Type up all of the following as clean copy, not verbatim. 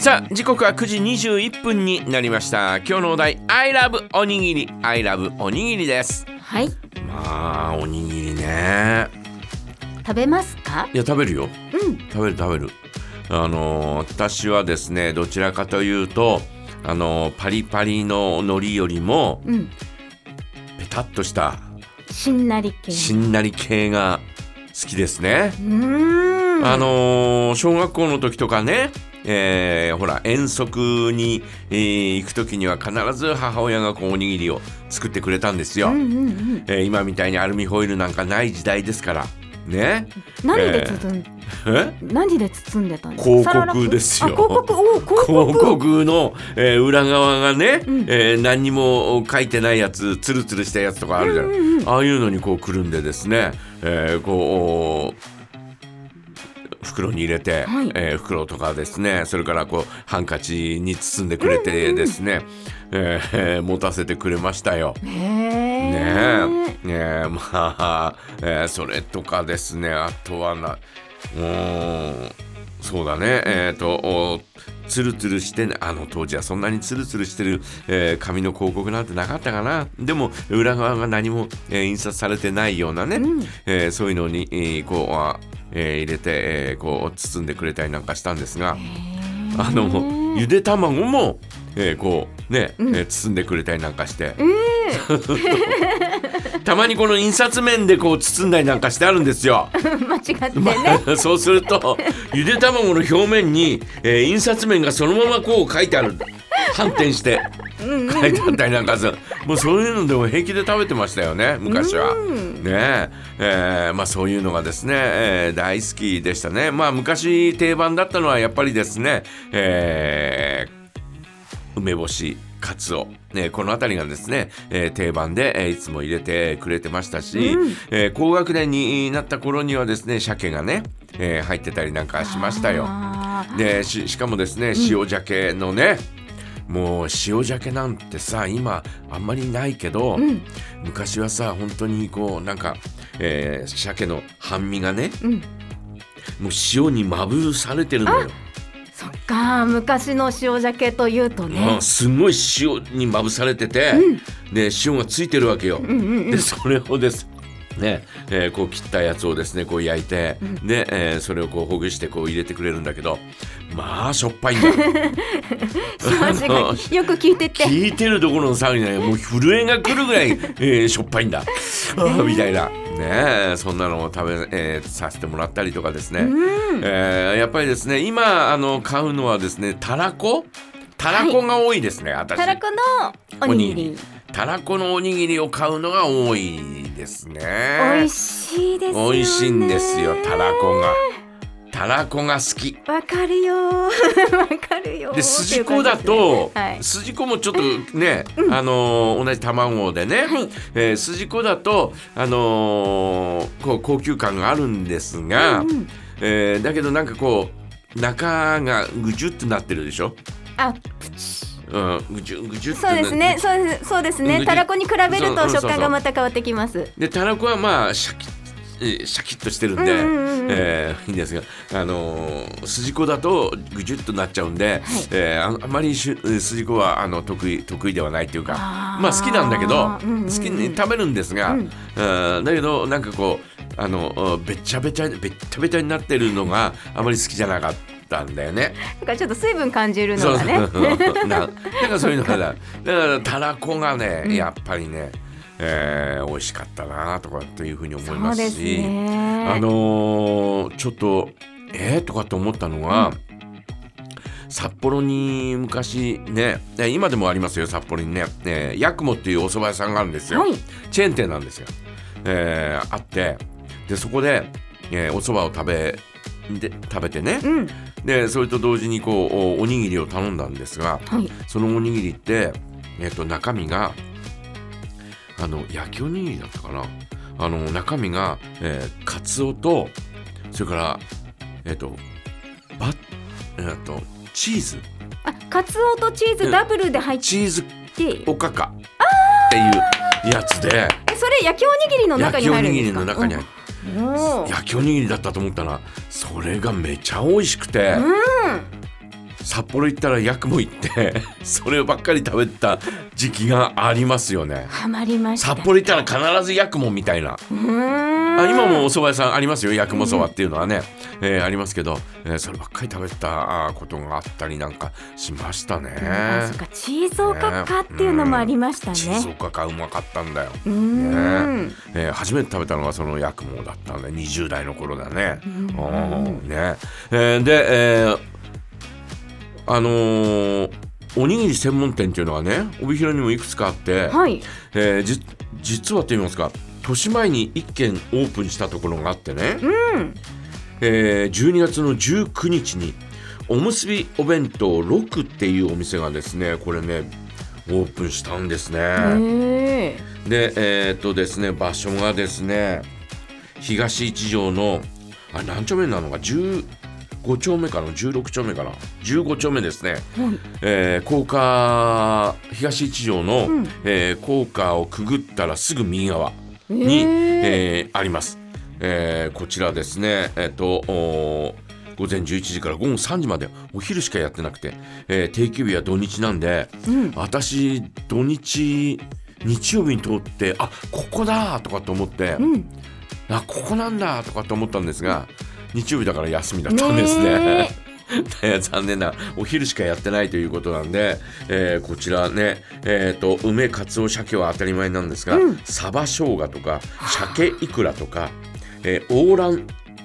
さあ時刻は9時21分になりました。今日のお題 I love おにぎり I love おにぎりです。 はい。 まあおにぎりね。 食べますか？ いや食べるよ、食べる。私はですねどちらかというとパリパリの海苔よりも、ペタッとしたしんなり系が好きですね。小学校の時とかね、ほら遠足に、行く時には必ず母親がこうおにぎりを作ってくれたんですよ。今みたいにアルミホイルなんかない時代ですからね。 何で包んでたんですか？ 広告ですよ。広告の、裏側がね、何にも書いてないやつ、ツルツルしたやつとかあるじゃない、ああいうのにこうくるんでですね、こう袋に入れて、袋とかですね、それからこうハンカチに包んでくれてですね、持たせてくれましたよ。それとかですね、あとはそうだね、ツルツルしてね、当時はそんなにツルツルしてる、紙の広告なんてなかったかな。でも裏側が何も、印刷されてないようなね、そういうのに、こう入れて、こう包んでくれたりなんかしたんですが、ゆで卵も、こうね、包んでくれたりなんかして、たまにこの印刷面でこう包んだりなんかしてあるんですよ。 間違ってね、そうするとゆで卵の表面に、印刷面がそのままこう書いてある、反転して書いてあったりなんかする。もうそういうのでも平気で食べてましたよね、昔はね。そういうのがですね、大好きでしたね。昔定番だったのはやっぱりですね、梅干し、カツオ、このあたりがですね、定番で、いつも入れてくれてましたし、高学年になった頃にはですね鮭がね、入ってたりなんかしましたよ。で しかもですね塩鮭のね、もう塩鮭なんてさ今あんまりないけど、昔はさ本当にこうなんか、鮭の半身がね、もう塩にまぶされてるのよ。 そっか、昔の塩鮭というとね、 すごい塩にまぶされてて、で塩がついてるわけよ。でそれをですね、こう切ったやつをですねこう焼いて、で、それをこうほぐしてこう入れてくれるんだけど、まあしょっぱいんだよ。 よく聞いてて、 聞いてるところの騒ぎね、もう震えが来るぐらい、しょっぱいんだ、みたいなね。そんなのをさせてもらったりとかですね、やっぱりですね今買うのはですねたらこが多いですね、私。 たらこのおにぎり、 たらこのおにぎりを買うのが多いですね。 美味しいですよね。 美味しいんですよ、たらこが好き。 わかるよで筋子だと、筋子もちょっとね、同じ卵でね、筋子だと、こう高級感があるんですが、だけどなんかこう中がぐじゅっとなってるでしょ。 プチ、 ぐじゅって。 そうですね。たらこに比べると食感がまた変わってきます。 でたらこはまあシャキッとしてるんで、いいんですが、筋子だとぐじゅっとなっちゃうんで、あまり筋子は得意ではないというか、好きなんだけど、好きに食べるんですが、だけどなんかこうべちゃべちゃになってるのがあまり好きじゃなかったんだよね。 だからちょっと水分感じるのがね。 なんかそういうのがだからたらこがね、やっぱりね、美味しかったなとかっていうふうに思いますし、ちょっととかって思ったのが、札幌に昔ね、今でもありますよ、札幌にね、ヤクモっていうお蕎麦屋さんがあるんですよ。チェーン店なんですよ。あって、でそこで、お蕎麦を食べてね、でそれと同時にこうおにぎりを頼んだんですが、そのおにぎりって、中身が焼きおにぎりだったかな。中身が、カツオとそれからチーズ、 カツオとチーズダブルで入って、 チーズおかかっていうやつで、 それ焼きおにぎりの中に入るんですか？ 焼きおにぎりの中に入る、焼きおにぎりだったと思ったらそれがめちゃ美味しくて、 札幌行ったらヤクモ行ってそればっかり食べた時期がありますよね。 ハマりました。 札幌行ったら必ずヤクモみたいな。今もお蕎麦屋さんありますよ、ヤクモそばっていうのはね、ありますけど、そればっかり食べたことがあったりなんかしましたね。 そっか、チーズおかかっていうのもありましたね。 チーズおかかうまかったんだよ。初めて食べたのがそのヤクモだったんで、20代の頃だね。で、おにぎり専門店っていうのはね、帯広にもいくつかあって、はい、実はと言いますか、年前に1軒オープンしたところがあってね、12月の19日におむすびお弁当6っていうお店がですね、これねオープンしたんですね。で、ですね、場所がですね、東一条の何丁目なのか、15丁目かな、16丁目かな、15丁目ですね。高架、東一条の、高架をくぐったらすぐ右側に、あります。こちらですね、午前11時から午後3時までお昼しかやってなくて、定休日は土日なんで、私土日日曜日に通って、ここだとかと思って、ここなんだとかと思ったんですが、日曜日だから休みだったんですね。残念なお昼しかやってないということなんで、こちらね、梅かつお鮭は当たり前なんですが、サバ生姜とか鮭いくらとか、卵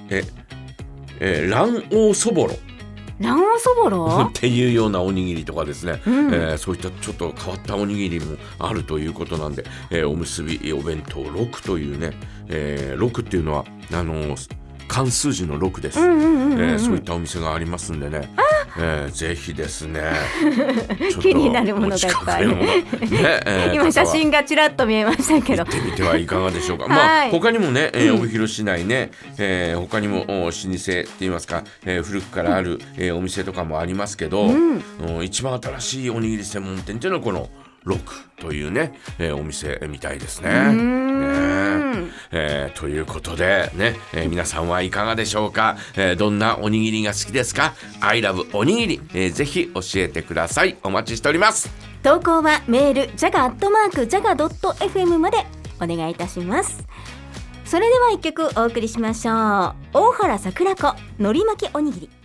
黄そぼろっていうようなおにぎりとかですね、そういったちょっと変わったおにぎりもあるということなんで、おむすびお弁当6というね、6っていうのは漢数字の6です。そういったお店がありますんでね、ぜひですね気になるものがいっぱい、今写真がちらっと見えましたけど、 行ってみてはいかがでしょうか。他にもね、帯広市内ね、他にも老舗って言いますか、古くからある、お店とかもありますけど、一番新しいおにぎり専門店っていうのはこの6というね、お店みたいですね。ということでね、皆さんはいかがでしょうか。どんなおにぎりが好きですか。 I love おにぎり、ぜひ教えてください。お待ちしております。 投稿はメール jaga@jaga.fm までお願いいたします。それでは一曲お送りしましょう。大原桜子のり巻きおにぎり。